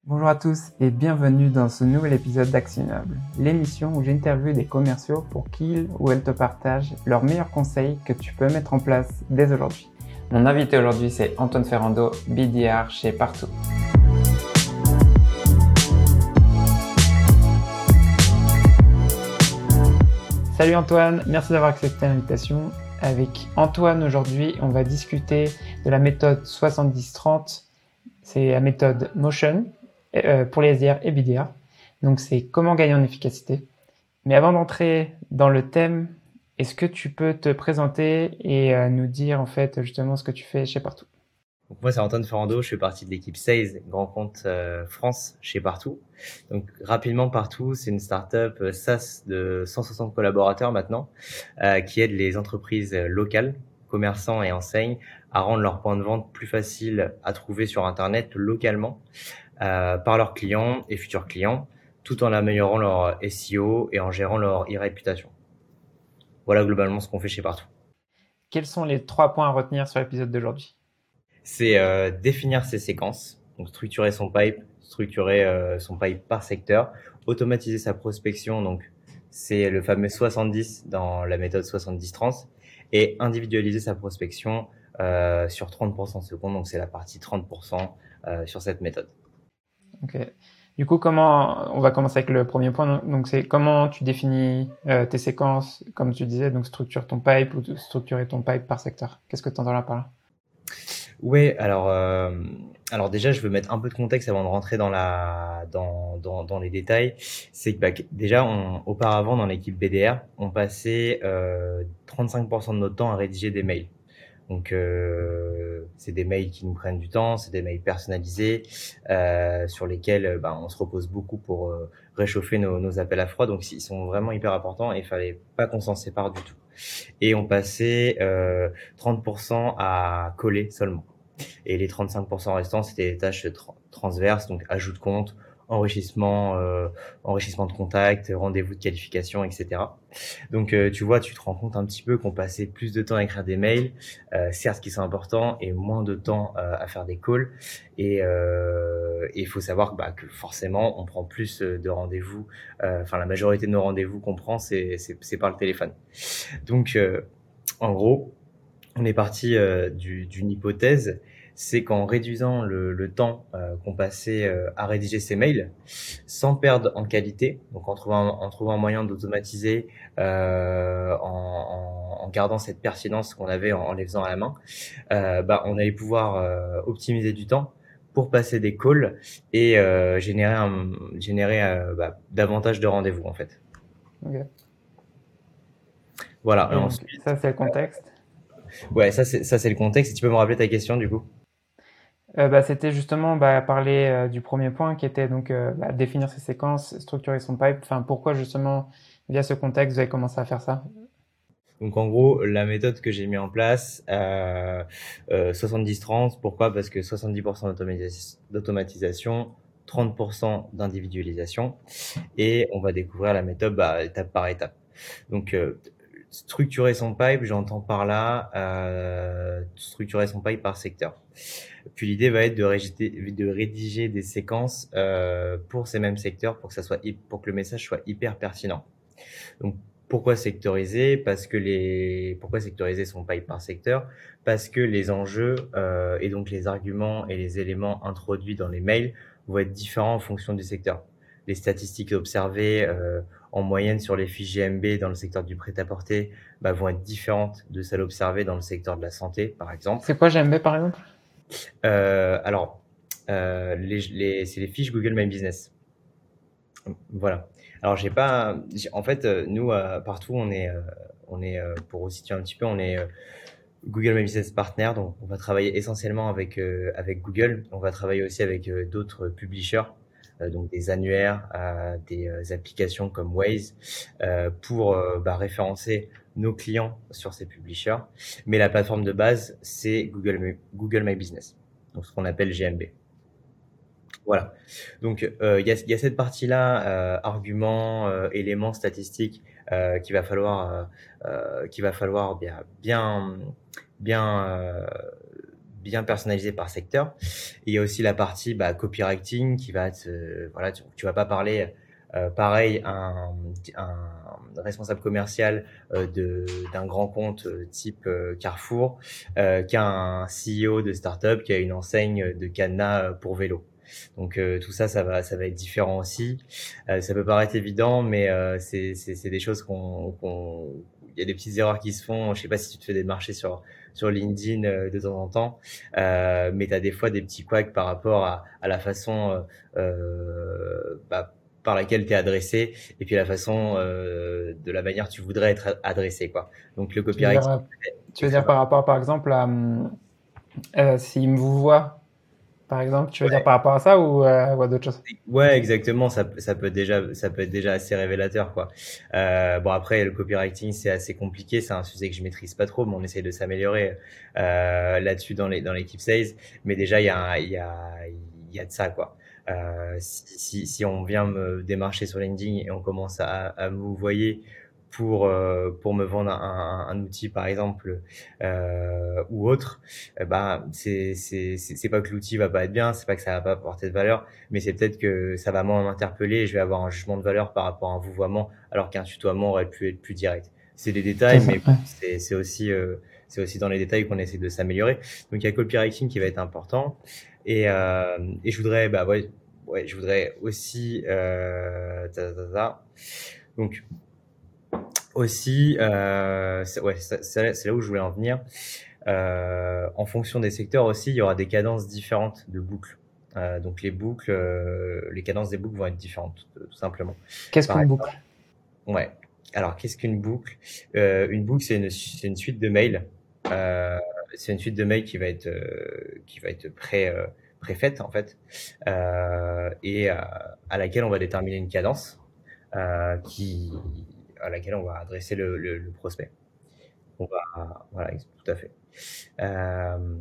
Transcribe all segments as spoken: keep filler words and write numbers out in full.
Bonjour à tous et bienvenue dans ce nouvel épisode d'Actionnable, l'émission où j'interviewe des commerciaux pour qu'ils ou elles te partagent leurs meilleurs conseils que tu peux mettre en place dès aujourd'hui. Mon invité aujourd'hui c'est Antoine Ferrando, B D R chez Partout. Salut Antoine, merci d'avoir accepté l'invitation. Avec Antoine aujourd'hui, on va discuter de la méthode soixante-dix trente. C'est la méthode Motion euh, pour les S D R et B D R. Donc, c'est comment gagner en efficacité. Mais avant d'entrer dans le thème, est-ce que tu peux te présenter et euh, nous dire en fait justement ce que tu fais chez Partout? Donc moi, c'est Antoine Ferrando, je fais partie de l'équipe Sales Grand Compte euh, France chez Partout. Donc rapidement, Partout, c'est une startup euh, SaaS de cent soixante collaborateurs maintenant, euh, qui aide les entreprises locales, commerçants et enseignes à rendre leurs points de vente plus faciles à trouver sur Internet localement euh, par leurs clients et futurs clients, tout en améliorant leur S E O et en gérant leur e-réputation. Voilà globalement ce qu'on fait chez Partout. Quels sont les trois points à retenir sur l'épisode d'aujourd'hui? C'est euh, définir ses séquences, donc structurer son pipe, structurer euh, son pipe par secteur, automatiser sa prospection, donc c'est le fameux soixante-dix dans la méthode soixante-dix trente, et individualiser sa prospection euh, sur trente pour cent secondes, donc c'est la partie trente pour cent euh, sur cette méthode. Ok. Du coup, comment on va commencer avec le premier point. Donc, c'est comment tu définis euh, tes séquences, comme tu disais, donc structure ton pipe ou structurer ton pipe par secteur. Qu'est-ce que tu entends là par là? Oui, alors, euh, alors déjà, je veux mettre un peu de contexte avant de rentrer dans la, dans, dans, dans les détails. C'est que bah, déjà, on, auparavant, dans l'équipe B D R, on passait euh, trente-cinq pour cent de notre temps à rédiger des mails. Donc, euh, c'est des mails qui nous prennent du temps, c'est des mails personnalisés euh, sur lesquels bah, on se repose beaucoup pour euh, réchauffer nos, nos appels à froid. Donc, ils sont vraiment hyper importants et il fallait pas qu'on s'en sépare du tout. Et on passait euh, trente pour cent à coller seulement. Et les trente-cinq pour cent restants, c'était des tâches tra- transverses, donc ajout de compte, enrichissement, euh, enrichissement de contact, rendez-vous de qualification, et cetera. Donc euh, tu vois, tu te rends compte un petit peu qu'on passait plus de temps à écrire des mails, euh, certes qui sont importants, et moins de temps euh, à faire des calls. Et euh, il faut savoir bah, que forcément, on prend plus de rendez-vous. euh, Enfin, la majorité de nos rendez-vous qu'on prend, c'est c'est c'est par le téléphone. Donc, euh, en gros, on est parti euh, du- d'une hypothèse, c'est qu'en réduisant le, le temps euh, qu'on passait euh, à rédiger ces mails, sans perdre en qualité, donc en trouvant, en trouvant un moyen d'automatiser, euh, en, en, en gardant cette pertinence qu'on avait en, en les faisant à la main, euh, bah, on allait pouvoir euh, optimiser du temps pour passer des calls et euh, générer, un, générer euh, bah, davantage de rendez-vous en fait. Ok. Voilà. Et Et donc, ensuite, ça, c'est le contexte. ouais, ça c'est ça c'est le contexte. Et tu peux me rappeler ta question du coup? Euh, bah, c'était justement bah, parler euh, du premier point qui était donc euh, bah, définir ses séquences, structurer son pipe. Enfin, pourquoi justement, via ce contexte, vous avez commencé à faire ça? Donc en gros, la méthode que j'ai mis en place, euh, euh, soixante-dix trente, pourquoi? Parce que soixante-dix pour cent d'automatis- d'automatisation, trente pour cent d'individualisation, et on va découvrir la méthode bah, étape par étape. Donc euh, structurer son pipe, j'entends par là euh, structurer son pipe par secteur. Puis l'idée va être de rédiger, de rédiger des séquences euh, pour ces mêmes secteurs pour que ça soit hy- pour que le message soit hyper pertinent. Donc, pourquoi sectoriser? Parce que les, pourquoi sectoriser son pipe par secteur? Parce que les enjeux euh, et donc les arguments et les éléments introduits dans les mails vont être différents en fonction du secteur. Les statistiques observées euh, en moyenne sur les fiches G M B dans le secteur du prêt-à-porter bah, vont être différentes de celles observées dans le secteur de la santé, par exemple. C'est quoi G M B par exemple? Euh, alors, euh, les, les, c'est les fiches Google My Business. Voilà. Alors j'ai pas, j'ai- en fait, euh, nous euh, partout on est, euh, on est euh, pour vous situer un petit peu, on est euh, Google My Business Partner, donc on va travailler essentiellement avec euh, avec Google. On va travailler aussi avec euh, d'autres publishers, euh, donc des annuaires, euh, des euh, applications comme Waze, euh, pour euh, bah, référencer nos clients sur ces publishers. Mais la plateforme de base, c'est Google My- Google My Business, donc ce qu'on appelle G M B. Voilà. Donc, euh, il y a, il y a cette partie-là, euh, arguments, euh, éléments statistiques, euh, qu'il va falloir, euh, euh, qu'il va falloir bien, bien, bien, euh, bien personnalisé par secteur. Et il y a aussi la partie bah, copywriting qui va être, euh, voilà, tu, tu vas pas parler euh, pareil un, un responsable commercial euh, de d'un grand compte euh, type euh, Carrefour euh, qu'un C E O de startup qui a une enseigne de cadenas euh, pour vélo. Donc euh, tout ça, ça va, ça va être différent aussi. Euh, ça peut paraître évident, mais euh, c'est, c'est, c'est des choses qu'on, qu'on, il y a des petites erreurs qui se font. Je sais pas si tu te fais des marchés sur sur LinkedIn euh, de temps en temps, euh, mais tu as des fois des petits couacs par rapport à, à la façon euh, euh, bah, par laquelle tu es adressé et puis la façon euh, de la manière tu voudrais être adressé, quoi. Donc le Tu veux dire, copywriting euh, tu est veux très dire important. par rapport, par exemple, à hum, euh, s'ils me vous voient, par exemple, tu veux dire Ouais. par rapport à ça ou, euh, ou à d'autres choses? Ouais, exactement. Ça, peut- ça peut être déjà, ça peut être déjà assez révélateur, quoi. Euh, bon, après, le copywriting, c'est assez compliqué. C'est un sujet que je maîtrise pas trop, mais on essaie de s'améliorer euh, là-dessus dans les dans l'équipe sales. Mais déjà, il y a un- il y a il y a de ça, quoi. Euh, si, si si on vient me démarcher sur LinkedIn et on commence à à me voyer pour euh, pour me vendre un, un, un outil, par exemple, euh, ou autre, eh ben c'est c'est c'est c'est pas que l'outil va pas être bien, c'est pas que ça va pas apporter de valeur, mais c'est peut-être que ça va moins m'interpeller et je vais avoir un jugement de valeur par rapport à un vouvoiement, alors qu'un tutoiement aurait pu être plus direct. C'est des C'est détails, ça, mais ouais. c'est c'est aussi euh, c'est aussi dans les détails qu'on essaie de s'améliorer. Donc il y a copywriting qui va être important et euh, et je voudrais bah ouais ouais je voudrais aussi euh, ta, ta, ta. Donc aussi euh, c'est- ouais c'est c'est c'est là où je voulais en venir. Euh, en fonction des secteurs aussi, il y aura des cadences différentes de boucles. Euh, donc les boucles, euh, les cadences des boucles vont être différentes, tout, tout simplement. Qu'est-ce Par qu'une exemple, boucle? ouais. Alors qu'est-ce qu'une boucle? Euh, Une boucle, c'est une, c'est une suite de mails. Euh, c'est une suite de mails qui va être, euh, qui va être pré, euh, préfaite en fait, euh, et euh, à laquelle on va déterminer une cadence, euh, qui, à laquelle on va adresser le, le, le prospect. On va, voilà, tout à fait. Euh,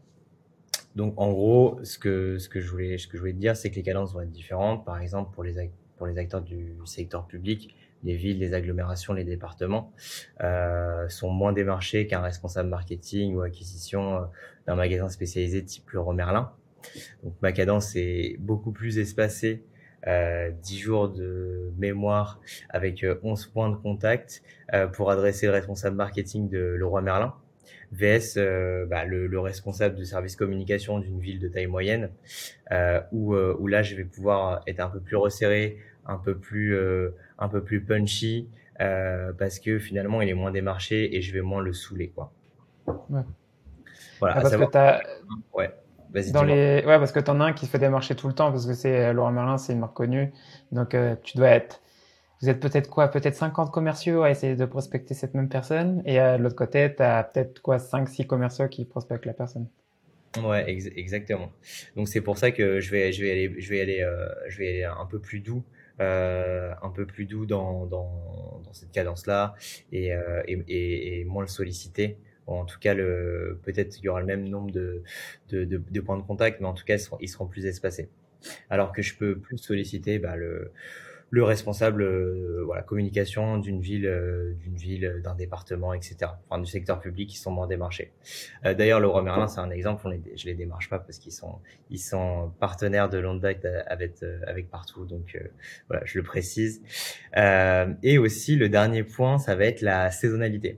donc en gros, ce que ce que je voulais ce que je voulais te dire, c'est que les cadences vont être différentes. Par exemple, pour les ac- pour les acteurs du secteur public, les villes, les agglomérations, les départements euh, sont moins démarchés qu'un responsable marketing ou acquisition euh, d'un magasin spécialisé type Leroy Merlin. Donc ma cadence est beaucoup plus espacée. Euh, dix jours de mémoire avec euh, onze points de contact euh, pour adresser le responsable marketing de Leroy Merlin. V S euh, bah, le, le responsable du service communication d'une ville de taille moyenne, euh, où, euh, où là je vais pouvoir être un peu plus resserré, un peu plus, euh, un peu plus punchy, euh, parce que finalement il est moins démarché et je vais moins le saouler, quoi. Ouais. Voilà, Ah, à parce que savoir. t'as, Ouais, vas-y, dans dis-moi. les, ouais, parce que t'en as un qui se fait démarcher tout le temps, parce que c'est euh, Laurent Merlin, c'est une marque connue. Donc, euh, tu dois être, vous êtes peut-être quoi, peut-être cinquante commerciaux à essayer de prospecter cette même personne. Et euh, de l'autre côté, t'as peut-être quoi, cinq six commerciaux qui prospectent la personne. Ouais, ex- exactement. Donc c'est pour ça que je vais, je vais aller, je vais aller, euh, je vais aller un peu plus doux, euh, un peu plus doux dans, dans, dans cette cadence-là et, euh, et, et, et moins le solliciter. Bon, en tout cas, le, peut-être qu'il y aura le même nombre de, de, de, de points de contact, mais en tout cas, ils seront, ils seront plus espacés. Alors que je peux plus solliciter bah, le, le responsable euh, voilà, communication d'une ville, euh, d'une ville, euh, d'un département, et cetera. Enfin, du secteur public qui sont moins démarchés. Euh, D'ailleurs, le Roi Merlin, c'est un exemple. On les, je les démarche pas parce qu'ils sont, ils sont partenaires de longue date avec, euh, avec partout. Donc euh, voilà, je le précise. Euh, et aussi, le dernier point, ça va être la saisonnalité.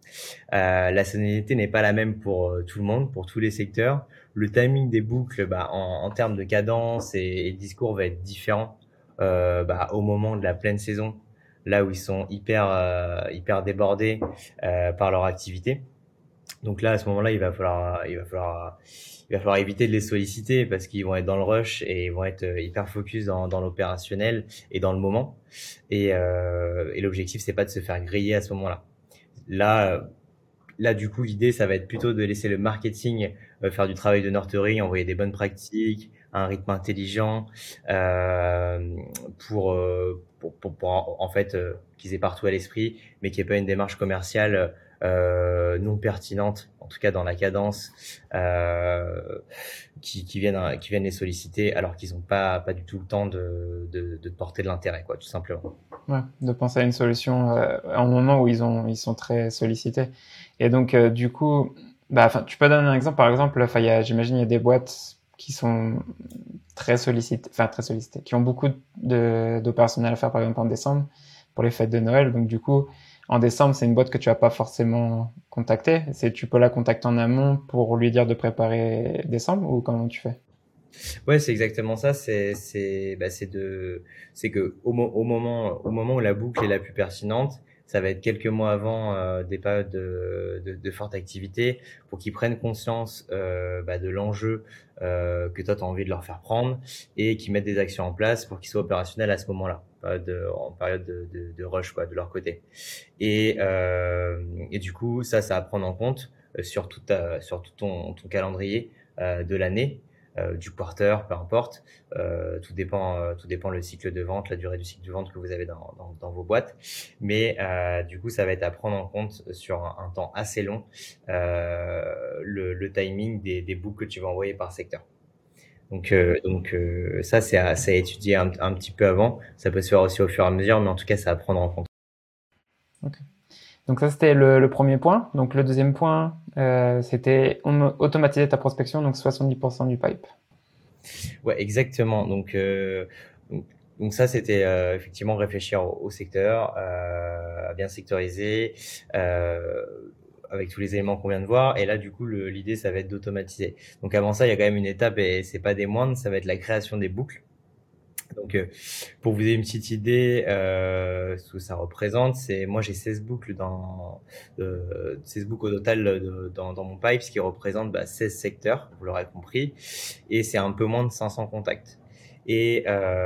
Euh, la saisonnalité n'est pas la même pour euh, tout le monde, pour tous les secteurs. Le timing des boucles, bah, en, en termes de cadence et, et de discours, va être différent euh, bah, au moment de la pleine saison, là où ils sont hyper, euh, hyper débordés euh, par leur activité. Donc là, à ce moment-là, il va falloir, il va falloir, il va falloir éviter de les solliciter parce qu'ils vont être dans le rush et ils vont être euh, hyper focus dans, dans l'opérationnel et dans le moment. Et, euh, et l'objectif, c'est pas de se faire griller à ce moment-là. Là, Là, du coup, l'idée, ça va être plutôt de laisser le marketing euh, faire du travail de nurturing, envoyer des bonnes pratiques, un rythme intelligent, euh, pour, euh, pour, pour, pour en en fait euh, qu'ils aient partout à l'esprit, mais qu'il n'y ait pas une démarche commerciale euh, non pertinente, en tout cas dans la cadence, euh, qui, qui viennent qui viennent les solliciter alors qu'ils n'ont pas pas du tout le temps de, de, de porter de l'intérêt, quoi, tout simplement. Ouais, de penser à une solution euh, à un moment où ils ont, ils sont très sollicités. Et donc, euh, du coup, Bah, enfin, tu peux donner un exemple, par exemple, enfin, il y a, j'imagine, il y a des boîtes qui sont très sollicitées, enfin, très sollicitées, qui ont beaucoup de, d'opérationnel à faire, par exemple, en décembre, pour les fêtes de Noël. Donc, du coup, en décembre, c'est une boîte que tu vas pas forcément contacter. C'est, tu peux la contacter en amont pour lui dire de préparer décembre, ou comment tu fais? Ouais, c'est exactement ça. C'est, c'est, bah, c'est de, c'est que au, mo- au moment, au moment où la boucle est la plus pertinente, ça va être quelques mois avant euh, des périodes de, de, de forte activité pour qu'ils prennent conscience euh, bah, de l'enjeu euh, que toi tu as envie de leur faire prendre et qu'ils mettent des actions en place pour qu'ils soient opérationnels à ce moment-là, période de- en période de, de, de rush quoi, de leur côté. Et, euh, et du coup, ça, ça à prendre en compte euh, sur tout, ta, sur tout ton, ton calendrier euh, de l'année, euh, du quarter, peu importe. Euh, tout dépend, euh, tout dépend le cycle de vente, la durée du cycle de vente que vous avez dans, dans, dans vos boîtes. Mais euh, du coup, ça va être à prendre en compte sur un, un temps assez long, euh, le, le timing des, des books que tu vas envoyer par secteur. Donc, euh, donc euh, ça, c'est à, c'est à étudier un, un petit peu avant. Ça peut se faire aussi au fur et à mesure, mais en tout cas, c'est à prendre en compte. Ok. Donc ça, c'était le, le premier point. Donc le deuxième point, euh, c'était on- automatiser ta prospection, donc soixante-dix pour cent du pipe. Ouais, exactement. Donc, euh, donc, donc ça, c'était euh, effectivement réfléchir au, au secteur, euh, à bien sectoriser, euh, avec tous les éléments qu'on vient de voir. Et là, du coup, le- l'idée, ça va être d'automatiser. Donc, avant ça, il y a quand même une étape, et c'est pas des moindres, ça va être la création des boucles. Donc, euh, pour vous donner une petite idée, euh, ce que ça représente, c'est moi j'ai seize boucles dans euh, seize boucles au total de- dans, dans mon pipe, ce qui représente bah, seize secteurs, vous l'aurez compris, et c'est un peu moins de cinq cents contacts. Et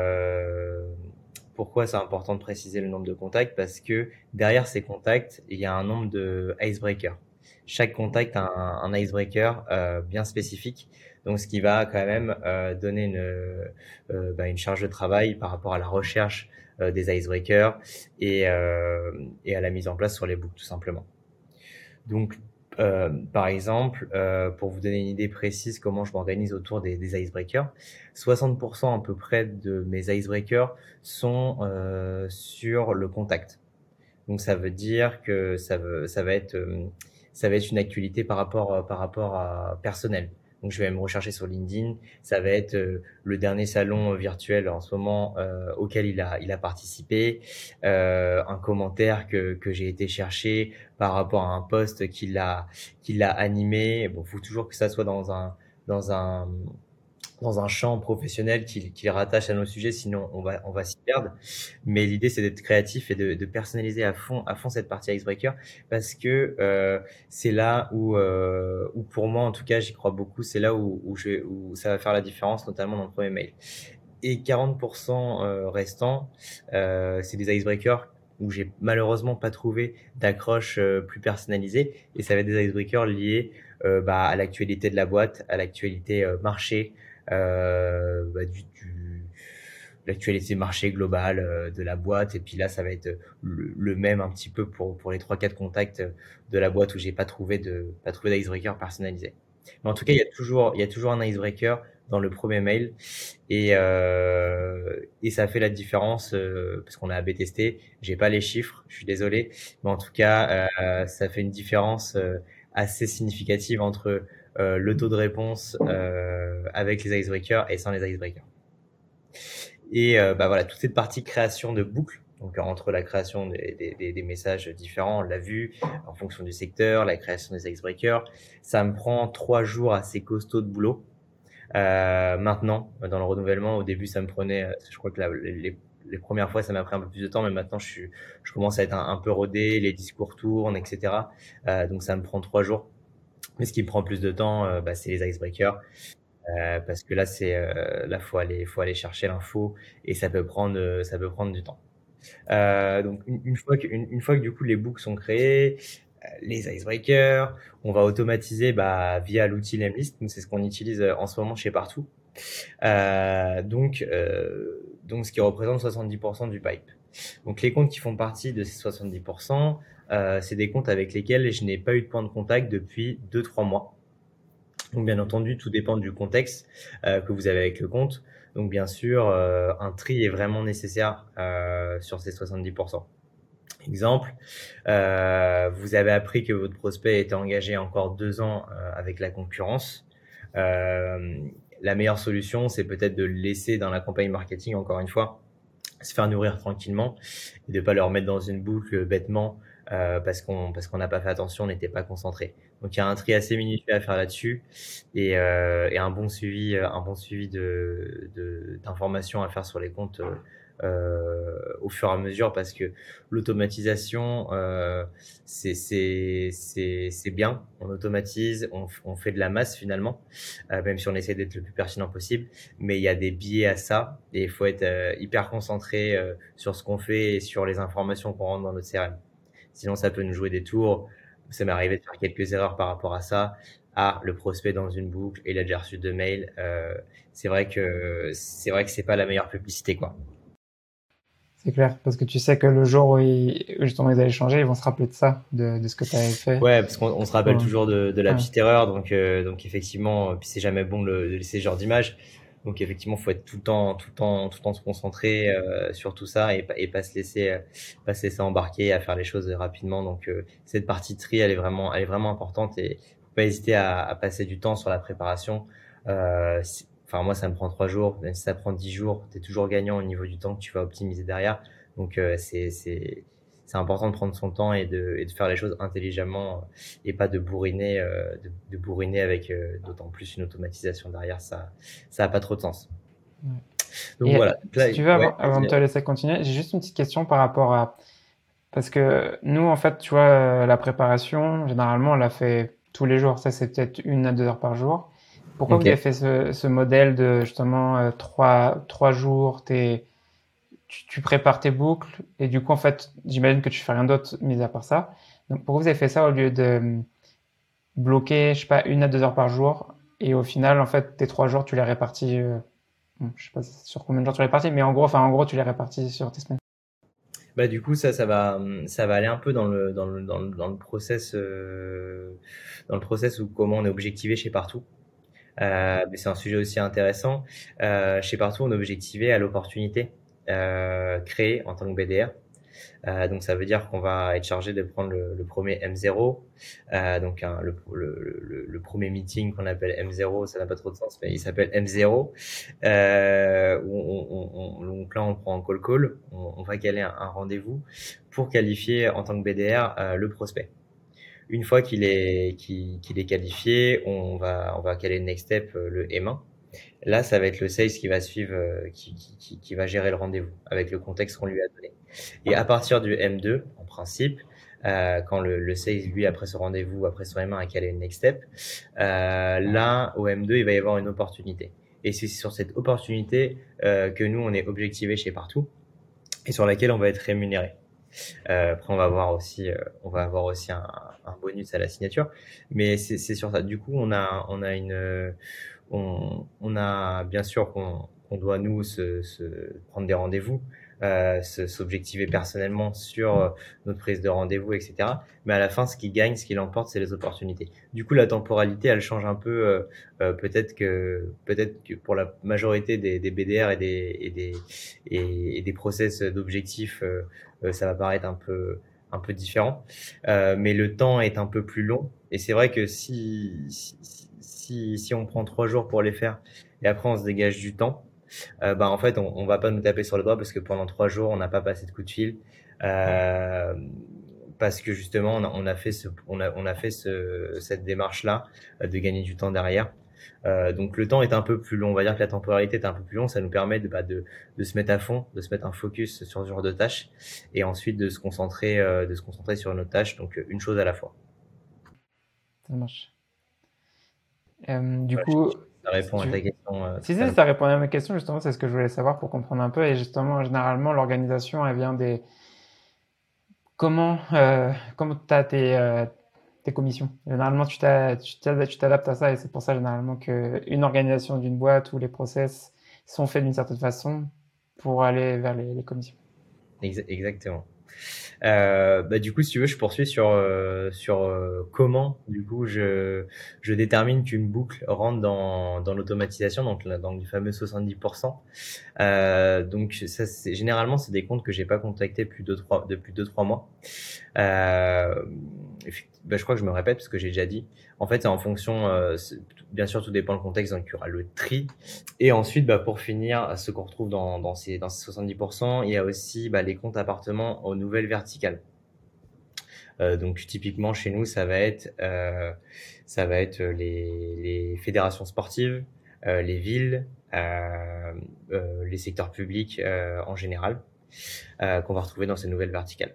euh, pourquoi c'est important de préciser le nombre de contacts? Parce que derrière ces contacts, il y a un nombre de icebreakers. Chaque contact a un, un icebreaker euh, bien spécifique, donc ce qui va quand même euh, donner une, euh, bah, une charge de travail par rapport à la recherche euh, des icebreakers et, euh, et à la mise en place sur les books tout simplement. Donc, euh, par exemple, euh, pour vous donner une idée précise comment je m'organise autour des, des icebreakers, soixante pour cent à peu près de mes icebreakers sont euh, sur le contact. Donc ça veut dire que ça veut, ça va être, euh, ça va être une actualité par rapport, euh, par rapport à personnel. Donc je vais me rechercher sur LinkedIn. Ça va être euh, le dernier salon virtuel en ce moment euh, auquel il a, il a participé, euh, un commentaire que que j'ai été chercher par rapport à un post qu'il a, qu'il a animé. Bon, faut toujours que ça soit dans un, dans un dans un champ professionnel qui, qui rattache à nos sujets, sinon on va, on va s'y perdre. Mais l'idée, c'est d'être créatif et de, de personnaliser à fond, à fond cette partie Icebreaker parce que euh, c'est là où, euh, où, pour moi, en tout cas, j'y crois beaucoup. C'est là où, où, je, où ça va faire la différence, notamment dans le premier mail. Et quarante pour cent euh, restants, euh, c'est des icebreakers où j'ai malheureusement pas trouvé d'accroche euh, plus personnalisée. Et ça va être des icebreakers liés euh, bah, à l'actualité de la boîte, à l'actualité euh, marché, euh, bah, du, du l'actualité marché globale euh, de la boîte. Et puis là, ça va être le, le même un petit peu pour pour les trois quatre contacts de la boîte où j'ai pas trouvé de pas trouvé d'icebreaker personnalisé. Mais en tout cas, il y a toujours il y a toujours un icebreaker dans le premier mail et euh, et ça fait la différence euh, parce qu'on a A B testé. J'ai pas les chiffres, je suis désolé, mais en tout cas, euh, ça fait une différence euh, assez significative entre euh, le taux de réponse euh, avec les icebreakers et sans les icebreakers. Et euh, bah voilà, toute cette partie création de boucles, donc entre la création des, des, des messages différents, on l'a vu, en fonction du secteur, la création des icebreakers, ça me prend trois jours assez costauds de boulot. Euh, maintenant, dans le renouvellement, au début, ça me prenait, euh, je crois que la, les, les premières fois, ça m'a pris un peu plus de temps, mais maintenant, je suis, je commence à être un, un peu rodé, les discours tournent, et cetera. Euh, donc, ça me prend trois jours. Mais ce qui me prend plus de temps, euh, bah, c'est les icebreakers, euh, parce que là, c'est, euh, là, faut aller, faut aller chercher l'info et ça peut prendre, euh, ça peut prendre du temps. Euh, donc une, une fois que une, une fois que du coup les books sont créés, euh, les icebreakers, on va automatiser bah, via l'outil Lemlist. Donc c'est ce qu'on utilise euh, en ce moment chez Partout. Euh, donc euh, donc ce qui représente soixante-dix pour cent du pipe. Donc les comptes qui font partie de ces soixante-dix pour cent, euh, c'est des comptes avec lesquels je n'ai pas eu de point de contact depuis deux trois mois. Donc bien entendu, tout dépend du contexte euh, que vous avez avec le compte. Donc bien sûr, euh, un tri est vraiment nécessaire euh, sur ces soixante-dix pour cent. Exemple, euh, vous avez appris que votre prospect était engagé encore deux ans euh, avec la concurrence. Euh, la meilleure solution, c'est peut-être de le laisser dans la campagne marketing, encore une fois, se faire nourrir tranquillement et de pas le remettre dans une boucle bêtement euh, parce qu'on parce qu'on n'a pas fait attention, on n'était pas concentré. Donc il y a un tri assez minutieux à faire là-dessus et, euh, et un bon suivi, un bon suivi de, de d'informations à faire sur les comptes euh, au fur et à mesure parce que l'automatisation euh, c'est c'est c'est c'est bien, on automatise, on, on fait de la masse finalement, euh, même si on essaie d'être le plus pertinent possible, mais il y a des biais à ça et il faut être euh, hyper concentré euh, sur ce qu'on fait et sur les informations qu'on rentre dans notre C R M. Sinon ça peut nous jouer des tours. Ça m'est arrivé de faire quelques erreurs par rapport à ça. Ah, le prospect dans une boucle, il a déjà reçu deux mails. Euh, c'est vrai que c'est vrai que c'est pas la meilleure publicité, quoi. C'est clair, parce que tu sais que le jour où, ils, où justement ils allaient changer, ils vont se rappeler de ça, de, de ce que tu avais fait. Ouais, parce qu'on on se rappelle Ouais. toujours de, de la Ouais. petite erreur, donc euh, donc effectivement, puis c'est jamais bon de, de laisser ce genre d'image. Donc effectivement, faut être tout le temps, tout le temps, tout le temps se concentrer euh, sur tout ça et, pas- et pas se laisser, euh, pas se laisser embarquer à faire les choses rapidement. Donc euh, cette partie tri, elle est vraiment, elle est vraiment importante et faut pas hésiter à, à passer du temps sur la préparation. Euh, si- Enfin moi, ça me prend trois jours, même si ça prend dix jours, t'es toujours gagnant au niveau du temps que tu vas optimiser derrière. Donc euh, c'est c'est c'est important de prendre son temps et de et de faire les choses intelligemment euh, et pas de bourriner euh, de, de bourriner avec euh, d'autant plus une automatisation derrière. Ça ça a pas trop de sens. Ouais. Donc Et voilà. Là, si tu veux, ouais, avant, avant de te laisser continuer, j'ai juste une petite question par rapport à... Parce que nous, en fait, tu vois, euh, la préparation, généralement, on la fait tous les jours. Ça, c'est peut-être une à deux heures par jour. Pourquoi vous avez ok. fait ce, ce modèle de justement euh, trois, trois jours, t'es, tu, tu prépares tes boucles et du coup, en fait, j'imagine que tu fais rien d'autre mis à part ça. Donc, pourquoi vous avez fait ça au lieu de euh, bloquer, je sais pas, une à deux heures par jour et au final, en fait, tes trois jours, tu les répartis, euh, bon, je sais pas sur combien de jours tu les répartis, mais en gros, enfin, en gros, tu les répartis sur tes semaines. Bah du coup ça ça va ça va aller un peu dans le dans le dans le, dans le process euh, dans le process où comment on est objectivé chez Partout. Euh, mais c'est un sujet aussi intéressant. Euh, chez Partout, on est objectivé à l'opportunité euh, créée en tant que B D R. Euh, donc ça veut dire qu'on va être chargé de prendre le, le premier M zéro, euh, donc hein, le, le, le, le premier meeting qu'on appelle M zéro, ça n'a pas trop de sens, mais il s'appelle M zéro. Euh, où on, on, on, donc là on prend un call call, on, on va caler un, un rendez-vous pour qualifier en tant que B D R euh, le prospect. Une fois qu'il est qu'il, qu'il est qualifié, on va on va caler le next step, euh, le M un. Là, ça va être le sales qui va suivre, euh, qui, qui, qui, qui va gérer le rendez-vous avec le contexte qu'on lui a donné. Et à partir du M deux, en principe, euh, quand le, le sales, lui, après ce rendez-vous, après son M un, a calé le next step, euh, là, au M deux, il va y avoir une opportunité. Et c'est sur cette opportunité euh, que nous, on est objectivé chez Partout et sur laquelle on va être rémunéré. Euh, après, on va avoir aussi, euh, on va avoir aussi un, un bonus à la signature, mais c'est, c'est sur ça. Du coup, on a, on a une, on, on a bien sûr qu'on, qu'on doit nous se, se prendre des rendez-vous, euh, se, s'objectiver personnellement sur euh, notre prise de rendez-vous, et cetera. Mais à la fin, ce qui gagne, ce qui l'emporte, c'est les opportunités. Du coup, la temporalité, elle change un peu. Euh, euh, peut-être que, peut-être que pour la majorité des, des B D R et des, et des, et, et des process d'objectifs, euh, euh, ça va paraître un peu, un peu différent. Euh, mais le temps est un peu plus long. Et c'est vrai que si, si, si, si on prend trois jours pour les faire et après on se dégage du temps, euh, bah en fait on, on va pas nous taper sur le doigt parce que pendant trois jours on n'a pas passé de coup de fil. Euh, parce que justement on a, on a fait ce, on a, on a fait ce, cette démarche là de gagner du temps derrière. Euh, donc le temps est un peu plus long. On va dire que la temporalité est un peu plus longue. Ça nous permet de, bah, de, de se mettre à fond, de se mettre un focus sur ce genre de tâches et ensuite de se concentrer, euh, de se concentrer sur nos tâches. Donc une chose à la fois. Ça marche. Euh, du Voilà, je sais coup, pas si ça si répond à tu... ta question euh, Si, si, totalement. ça répondait à ma question, justement, c'est ce que je voulais savoir pour comprendre un peu. Et justement, généralement, l'organisation, elle vient des... Comment, euh, comment tu as tes, euh, tes commissions? Généralement, tu t'as- tu t'ad- tu t'adaptes à ça et c'est pour ça, généralement, qu'une organisation d'une boîte où les process sont faits d'une certaine façon pour aller vers les, les commissions. Exa- exactement. Euh, bah, du coup, si tu veux, je poursuis sur, euh, sur euh, comment, du coup, je, je détermine qu'une boucle rentre dans, dans l'automatisation, donc là, dans le fameux soixante-dix pour cent. Euh, donc, ça, c'est, généralement, c'est des comptes que j'ai pas contactés depuis deux, trois, depuis deux, trois mois. Euh, bah, je crois que je me répète parce que j'ai déjà dit. En fait, c'est en fonction, euh, c'est- bien sûr, tout dépend du contexte, donc il y aura le tri. Et ensuite, bah, pour finir, ce qu'on retrouve dans, dans, ces, dans ces soixante-dix pour cent, il y a aussi bah, les comptes appartements aux nouvelles verticales. Euh, donc typiquement chez nous, ça va être, euh, ça va être les, les fédérations sportives, euh, les villes, euh, euh, les secteurs publics euh, en général, euh, qu'on va retrouver dans ces nouvelles verticales.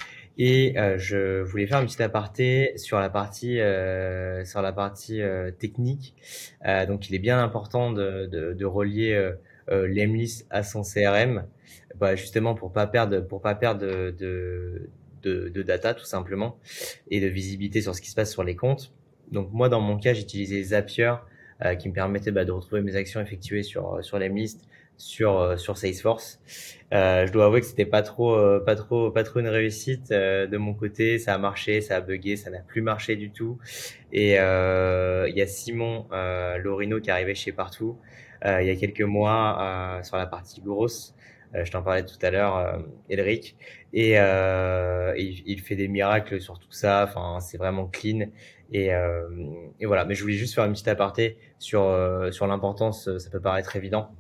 Et euh, je voulais faire une petite aparté sur la partie euh, sur la partie euh, technique. Euh, donc, il est bien important de, de, de relier euh, euh, l'Emlist à son C R M, bah, justement pour pas perdre pour pas perdre de, de, de, de data tout simplement et de visibilité sur ce qui se passe sur les comptes. Donc moi, dans mon cas, j'utilisais Zapier euh, qui me permettait bah, de retrouver mes actions effectuées sur sur l'Emlist sur euh, sur Salesforce. Euh, je dois avouer que c'était pas trop, euh, pas trop, pas trop une réussite euh, de mon côté. Ça a marché, ça a bugué, ça n'a plus marché du tout. Et euh, il y a Simon euh, Lorino qui est arrivé chez Partout euh, il y a quelques mois euh, sur la partie grosse. Euh, je t'en parlais tout à l'heure, euh, Elric, et, euh, il, il fait des miracles sur tout ça. Enfin, c'est vraiment clean. Et, euh, et voilà. Mais je voulais juste faire une petite aparté sur euh, sur l'importance. Ça peut paraître évident.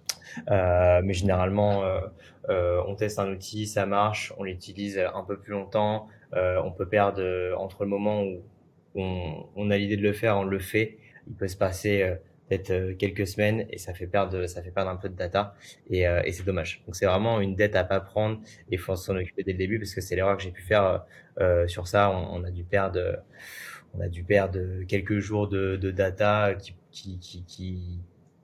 Euh, mais généralement, euh, euh, on teste un outil, ça marche, on l'utilise un peu plus longtemps. Euh, on peut perdre euh, entre le moment où on, on a l'idée de le faire, on le fait. Il peut se passer euh, peut-être euh, quelques semaines et ça fait perdre, ça fait perdre un peu de data et, euh, et c'est dommage. Donc c'est vraiment une dette à pas prendre et il faut s'en occuper dès le début parce que c'est l'erreur que j'ai pu faire euh, sur ça. On, on a dû perdre, on a dû perdre quelques jours de, de data qui, qui, qui, qui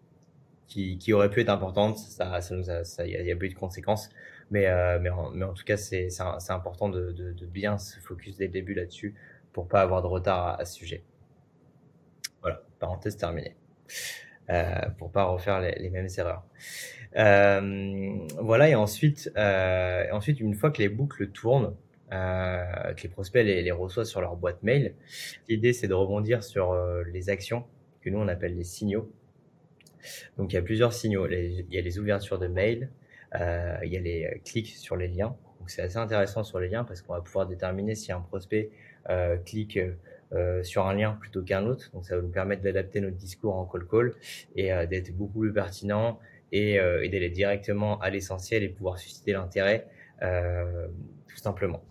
qui, qui aurait pu être importante. Ça, ça nous a, ça, il y a, y a pas eu de conséquences. Mais, euh, mais, en, mais en tout cas, c'est, c'est, c'est important de, de, de bien se focus dès le début là-dessus pour pas avoir de retard à, à ce sujet. Voilà, parenthèse terminée. Euh, pour pas refaire les, les mêmes erreurs. Euh, voilà, et ensuite, euh, et ensuite, une fois que les boucles tournent, euh, que les prospects les, les reçoivent sur leur boîte mail, l'idée c'est de rebondir sur euh, les actions que nous on appelle les signaux. Donc, il y a plusieurs signaux. Les- il y a les ouvertures de mail, euh, il y a les euh, clics sur les liens. Donc, c'est assez intéressant sur les liens parce qu'on va pouvoir déterminer si un prospect euh, clique euh, sur un lien plutôt qu'un autre. Donc, ça va nous permettre d'adapter notre discours en call call et euh, d'être beaucoup plus pertinent et, euh, et d'aller directement à l'essentiel et pouvoir susciter l'intérêt euh, tout simplement.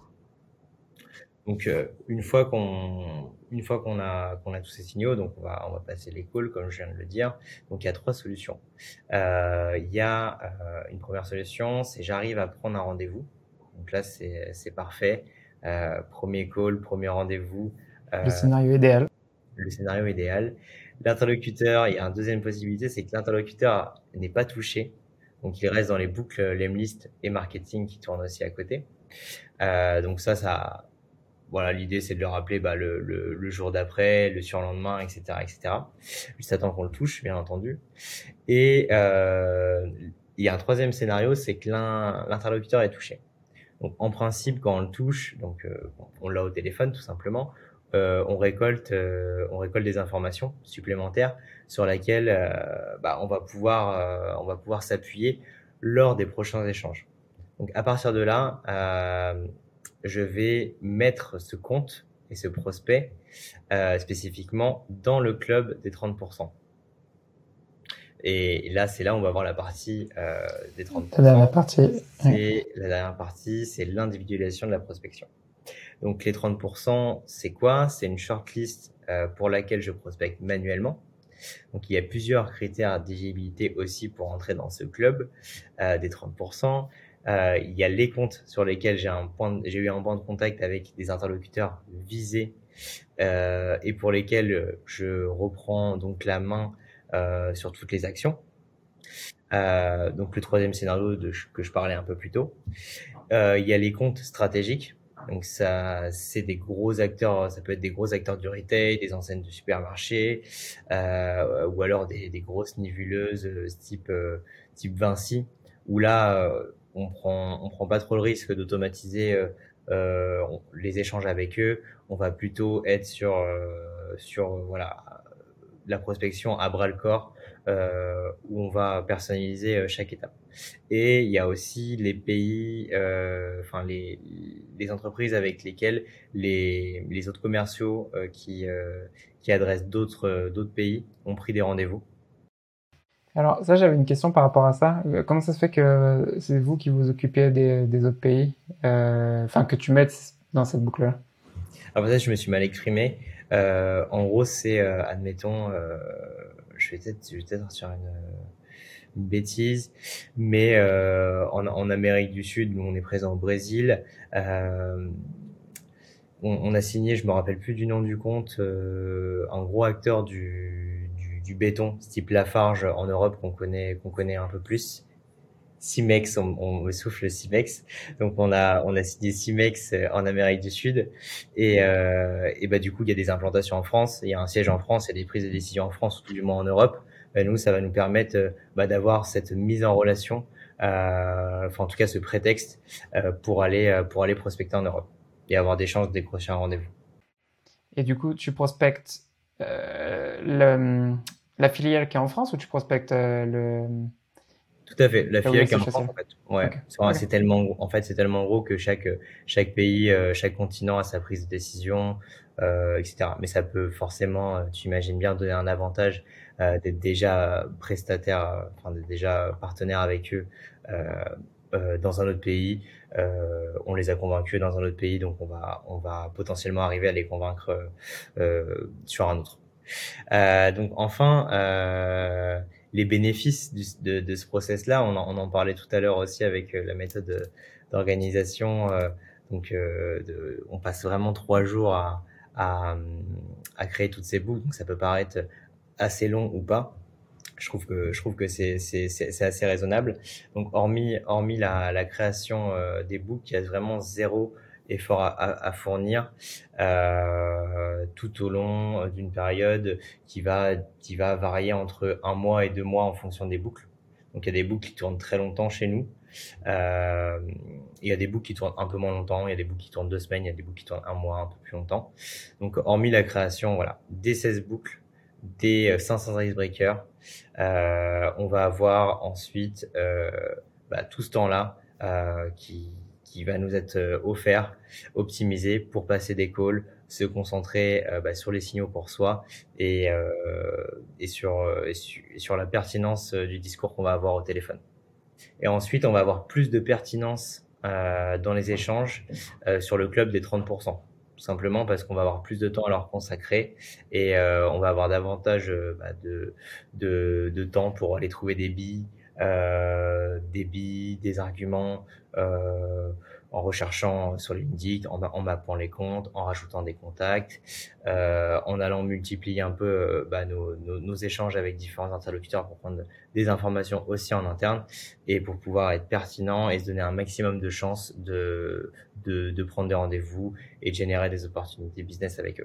Donc euh, une fois qu'on une fois qu'on a qu'on a tous ces signaux, donc on va on va passer les calls comme je viens de le dire. Donc il y a trois solutions. Euh, il y a euh, une première solution, c'est j'arrive à prendre un rendez-vous. Donc là c'est c'est parfait. Euh, premier call, premier rendez-vous, Le euh, scénario idéal. le scénario idéal. L'interlocuteur, il y a une deuxième possibilité, c'est que l'interlocuteur n'est pas touché. Donc il reste dans les boucles Lemlist et marketing qui tournent aussi à côté. Euh, donc ça, ça voilà, l'idée c'est de le rappeler bah, le, le, le jour d'après, le surlendemain, et cetera, et cetera. Juste attendre qu'on le touche, bien entendu. Et euh, il y a un troisième scénario, c'est que l'in- l'interlocuteur est touché. Donc en principe, quand on le touche, donc euh, on l'a au téléphone tout simplement, euh, on récolte, euh, on récolte des informations supplémentaires sur lesquelles euh, bah, on va pouvoir, euh, on va pouvoir s'appuyer lors des prochains échanges. Donc à partir de là, euh, je vais mettre ce compte et ce prospect euh, spécifiquement dans le club des trente pour cent. Et là, c'est là où on va voir la partie euh, des trente La pour cent. dernière partie. C'est Ouais. la dernière partie, c'est l'individualisation de la prospection. Donc les trente pour cent, c'est quoi? C'est une shortlist euh, pour laquelle je prospecte manuellement. Donc il y a plusieurs critères d'éligibilité aussi pour entrer dans ce club euh, des trente pour cent. Euh, il y a les comptes sur lesquels j'ai un point, de, j'ai eu un point de contact avec des interlocuteurs visés euh, et pour lesquels je reprends donc la main euh, sur toutes les actions. Euh, donc le troisième scénario de, que je parlais un peu plus tôt. Euh, il y a les comptes stratégiques. Donc ça, c'est des gros acteurs, ça peut être des gros acteurs du retail, des enseignes de supermarchés, euh, ou alors des, des grosses nivuleuses euh, type euh, type Vinci, où là, euh, on prend, on prend pas trop le risque d'automatiser euh, euh, on- les échanges avec eux. On va plutôt être sur, euh, sur euh, voilà, la prospection à bras le corps, euh, où on va personnaliser euh, chaque étape. Et il y a aussi les pays, euh, enfin les, les entreprises avec lesquelles les, les autres commerciaux euh, qui, euh, qui adressent d'autres euh, d'autres pays ont pris des rendez-vous. Alors ça, j'avais une question par rapport à ça. Euh, Comment ça se fait que c'est vous qui vous occupez des, des autres pays, euh, enfin que tu mettes dans cette boucle-là? Alors peut-être je me suis mal exprimé. Euh, en gros, c'est, euh, admettons, euh, je vais peut-être, je vais peut-être sortir une, une bêtise, mais euh, en, en Amérique du Sud, nous on est présent au Brésil. Euh, on, on a signé, je me rappelle plus du nom du compte, euh, un gros acteur du, du, du béton, type Lafarge en Europe qu'on connaît, qu'on connaît un peu plus. Cimex, on, on me souffle Cimex. Donc on a on a signé Cimex euh, en Amérique du Sud et euh, et bah du coup il y a des implantations en France, il y a un siège en France, il y a des prises de décision en France ou tout du moins en Europe. Bah, nous ça va nous permettre euh, bah, d'avoir cette mise en relation, euh, enfin en tout cas ce prétexte euh, pour aller euh, pour aller prospecter en Europe et avoir des chances de décrocher un rendez-vous. Et du coup, tu prospectes euh, le, la filiale qui est en France ou tu prospectes euh, le, Tout à fait, la là où il y a le filiale qui est siège en France social? en fait. Ouais, Ok, c'est enfin, ok. c'est tellement gros- en fait c'est tellement gros que chaque chaque pays, euh, chaque continent a sa prise de décision, euh, et cetera. Mais ça peut forcément, euh, tu imagines bien, donner un avantage euh, d'être déjà prestataire, euh, enfin d'être déjà partenaire avec eux euh, euh, dans un autre pays. Euh, on les a convaincus dans un autre pays, donc on va on va potentiellement arriver à les convaincre euh, euh, sur un autre. Euh, donc enfin, euh, les bénéfices du- de, de ce process-là, on en, on en parlait tout à l'heure aussi avec euh, la méthode euh, d'organisation. Euh, donc, euh, de- on passe vraiment trois jours à, à, à créer toutes ces boucles. Donc, ça peut paraître assez long ou pas. Je trouve que je trouve que c'est c'est c'est c'est assez raisonnable. Donc hormis hormis la la création euh, des books, il y a vraiment zéro effort à, à, à fournir euh, tout au long d'une période qui va qui va varier entre un mois et deux mois en fonction des boucles. Donc il y a des boucles qui tournent très longtemps chez nous. Euh, il y a des boucles qui tournent un peu moins longtemps. Il y a des boucles qui tournent deux semaines. Il y a des boucles qui tournent un mois, un peu plus longtemps. Donc hormis la création, voilà, des seize boucles, des cinq cents icebreakers. Euh, on va avoir ensuite euh, bah, tout ce temps-là euh, qui, qui va nous être euh, offert, optimisé pour passer des calls, se concentrer euh, bah, sur les signaux pour soi et, euh, et, sur, euh, et, su- et sur la pertinence euh, du discours qu'on va avoir au téléphone. Et ensuite, on va avoir plus de pertinence euh, dans les échanges euh, sur le club des trente pour cent. Tout simplement parce qu'on va avoir plus de temps à leur consacrer et euh, on va avoir davantage euh, bah, de, de, de temps pour aller trouver des billes, euh, des billes, des arguments, euh, en recherchant sur LinkedIn, en, ma- en mappant les comptes, en rajoutant des contacts, euh, en allant multiplier un peu euh, bah, nos, nos, nos échanges avec différents interlocuteurs pour prendre des informations aussi en interne et pour pouvoir être pertinent et se donner un maximum de chances de, de, de prendre des rendez-vous et de générer des opportunités business avec eux.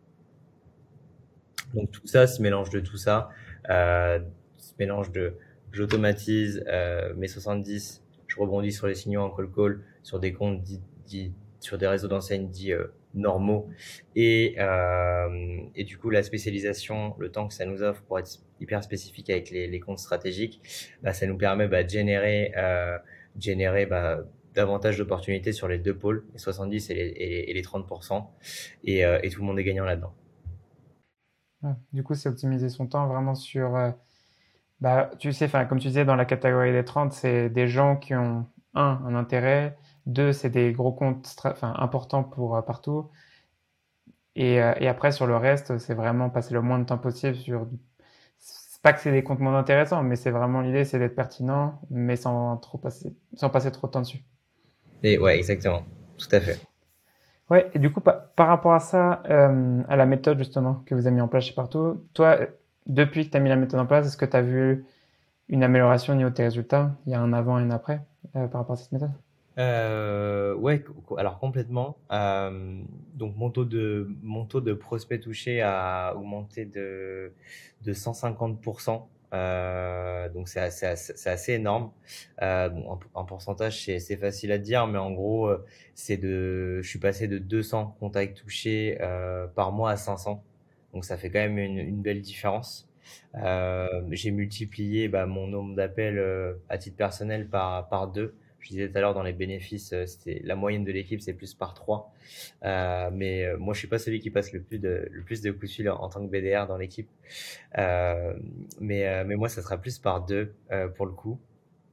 Donc tout ça, ce mélange de tout ça, euh, ce mélange de j'automatise euh, mes soixante-dix, je rebondis sur les signaux en call call, sur des comptes dits, dits sur des réseaux d'enseignes dits euh, normaux et, euh, et du coup la spécialisation, le temps que ça nous offre pour être hyper spécifique avec les, les comptes stratégiques, bah, ça nous permet bah, de générer, euh, de générer bah, davantage d'opportunités sur les deux pôles, les soixante-dix et les, et les, et les trente pour cent et, euh, et tout le monde est gagnant là-dedans. Ouais. Du coup, c'est optimiser son temps vraiment sur, euh, bah, tu sais, enfin, comme tu disais, dans la catégorie des trente, c'est des gens qui ont, un, un intérêt, deux, c'est des gros comptes stra- enfin, importants pour euh, partout, et, euh, et après, sur le reste, c'est vraiment passer le moins de temps possible sur, c'est pas que c'est des comptes moins intéressants, mais c'est vraiment l'idée, c'est d'être pertinent, mais sans trop passer, sans passer trop de temps dessus. Et ouais, exactement. Tout à fait. Ouais, et du coup, pa- par rapport à ça, euh, à la méthode justement que vous avez mis en place chez Partout, toi, euh, depuis que tu as mis la méthode en place, est-ce que tu as vu une amélioration au niveau de tes résultats? Il y a un avant et un après euh, par rapport à cette méthode? Euh, ouais, co- co- alors complètement. Euh, donc mon taux de mon taux de prospects touchés a augmenté de de cent cinquante pour cent Euh, donc c'est assez, assez, c'est assez énorme. Euh, bon, en, en pourcentage, c'est, c'est facile à dire, mais en gros, euh, c'est de, je suis passé de deux cents contacts touchés euh, par mois à cinq cents. Donc ça fait quand même une, une belle différence. Euh, j'ai multiplié bah, mon nombre d'appels euh, à titre personnel par, par deux. Je disais tout à l'heure, dans les bénéfices, euh, c'était la moyenne de l'équipe, c'est plus par trois. Euh, mais euh, moi, je suis pas celui qui passe le plus de, le plus de coups de fil en, en tant que B D R dans l'équipe. Euh, mais, euh, mais moi, ça sera plus par deux euh, pour le coup.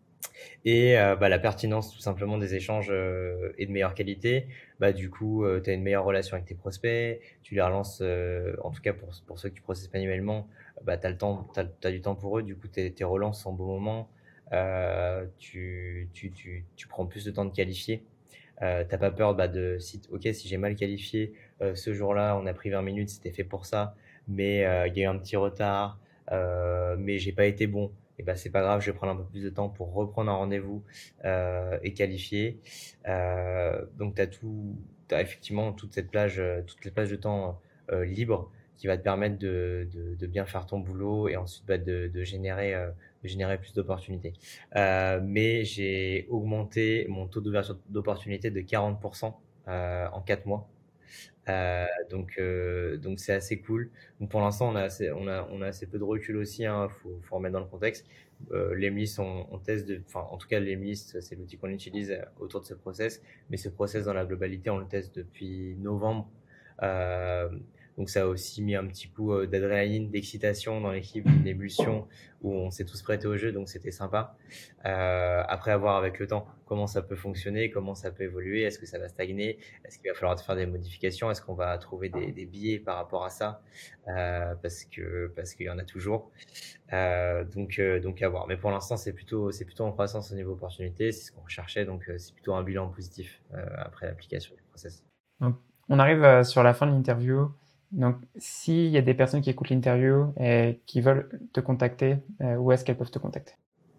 Et euh, bah, la pertinence tout simplement des échanges euh, est de meilleure qualité. Bah, du coup, euh, tu as une meilleure relation avec tes prospects, tu les relances, euh, en tout cas pour, pour ceux qui processent manuellement, bah, tu as le temps, t'as, t'as du temps pour eux, du coup tes, tes relances sont au bon moment, euh, tu, tu, tu, tu prends plus de temps de qualifier. Euh, t'as pas peur bah, de si ok si j'ai mal qualifié euh, ce jour-là, on a pris vingt minutes, c'était fait pour ça, mais euh, il y a eu un petit retard, euh, mais j'ai pas été bon. Et ben c'est pas grave, je vais prendre un peu plus de temps pour reprendre un rendez-vous euh, et qualifier. Euh, donc t'as tout, t'as effectivement toute cette plage, euh, toutes les plages de temps euh, libres qui va te permettre de, de, de bien faire ton boulot et ensuite bah, de, de générer euh, de générer plus d'opportunités. Euh, mais j'ai augmenté mon taux d'ouverture d'opportunités de quarante pour cent euh, en quatre mois. Euh, donc, euh, donc c'est assez cool. Donc pour l'instant, on a assez, on a, on a assez peu de recul aussi. Hein, faut, faut remettre dans le contexte. Euh, Lemlist, on, on teste de, enfin, en tout cas, Lemlist, c'est l'outil qu'on utilise autour de ce process. Mais ce process, dans la globalité, on le teste depuis novembre. Euh, donc ça a aussi mis un petit coup euh, d'adrénaline, d'excitation dans l'équipe, d'émulsion où on s'est tous prêtés au jeu, donc c'était sympa. Euh, après, à voir avec le temps comment ça peut fonctionner, comment ça peut évoluer, est-ce que ça va stagner, est-ce qu'il va falloir faire des modifications, est-ce qu'on va trouver des, des biais par rapport à ça, euh, parce que parce qu'il y en a toujours. Euh, donc euh, donc à voir. Mais pour l'instant, c'est plutôt c'est plutôt en croissance au niveau opportunité, c'est ce qu'on recherchait, donc euh, c'est plutôt un bilan positif euh, après l'application du process. Donc, on arrive euh, sur la fin de l'interview. Donc, s'il y a des personnes qui écoutent l'interview et qui veulent te contacter, euh, où est-ce qu'elles peuvent te contacter?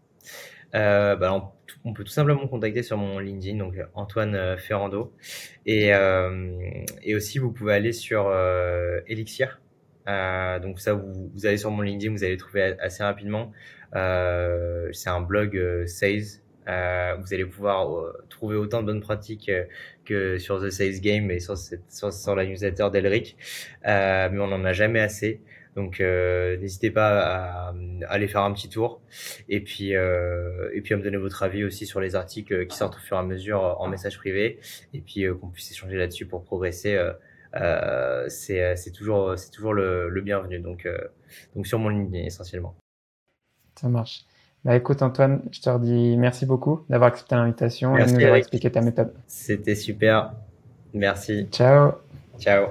Euh, bah, on, on peut tout simplement me contacter sur mon LinkedIn, donc Antoine euh, Ferrando. Et, euh, et aussi, vous pouvez aller sur euh, Elixir. Euh, donc ça, vous, vous allez sur mon LinkedIn, vous allez le trouver assez rapidement. Euh, c'est un blog euh, Sales. Euh, vous allez pouvoir euh, trouver autant de bonnes pratiques euh, que sur The Sales Game et sur, cette, sur, sur la newsletter d'Elric. Euh, mais on n'en a jamais assez. Donc euh, n'hésitez pas à, à aller faire un petit tour et puis euh, et puis à me donner votre avis aussi sur les articles qui sortent au fur et à mesure en message privé et puis euh, qu'on puisse échanger là-dessus pour progresser. Euh, euh, c'est c'est toujours c'est toujours le, le bienvenu. Donc euh, donc sur mon LinkedIn essentiellement. Ça marche. Bah écoute Antoine, je te redis merci beaucoup d'avoir accepté l'invitation et de Merci, nous avoir Eric. expliqué ta méthode. C'était super. Merci. Ciao. Ciao.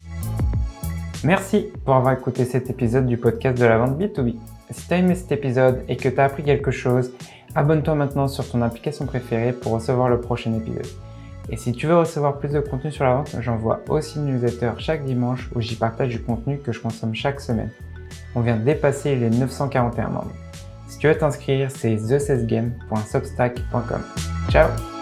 Merci pour avoir écouté cet épisode du podcast de la vente B deux B. Si tu as aimé cet épisode et que tu as appris quelque chose, abonne-toi maintenant sur ton application préférée pour recevoir le prochain épisode. Et si tu veux recevoir plus de contenu sur la vente, j'envoie aussi une newsletter chaque dimanche où j'y partage du contenu que je consomme chaque semaine. On vient de dépasser les neuf cent quarante et un membres. Si tu veux t'inscrire, c'est the sales game point substack point com. Ciao!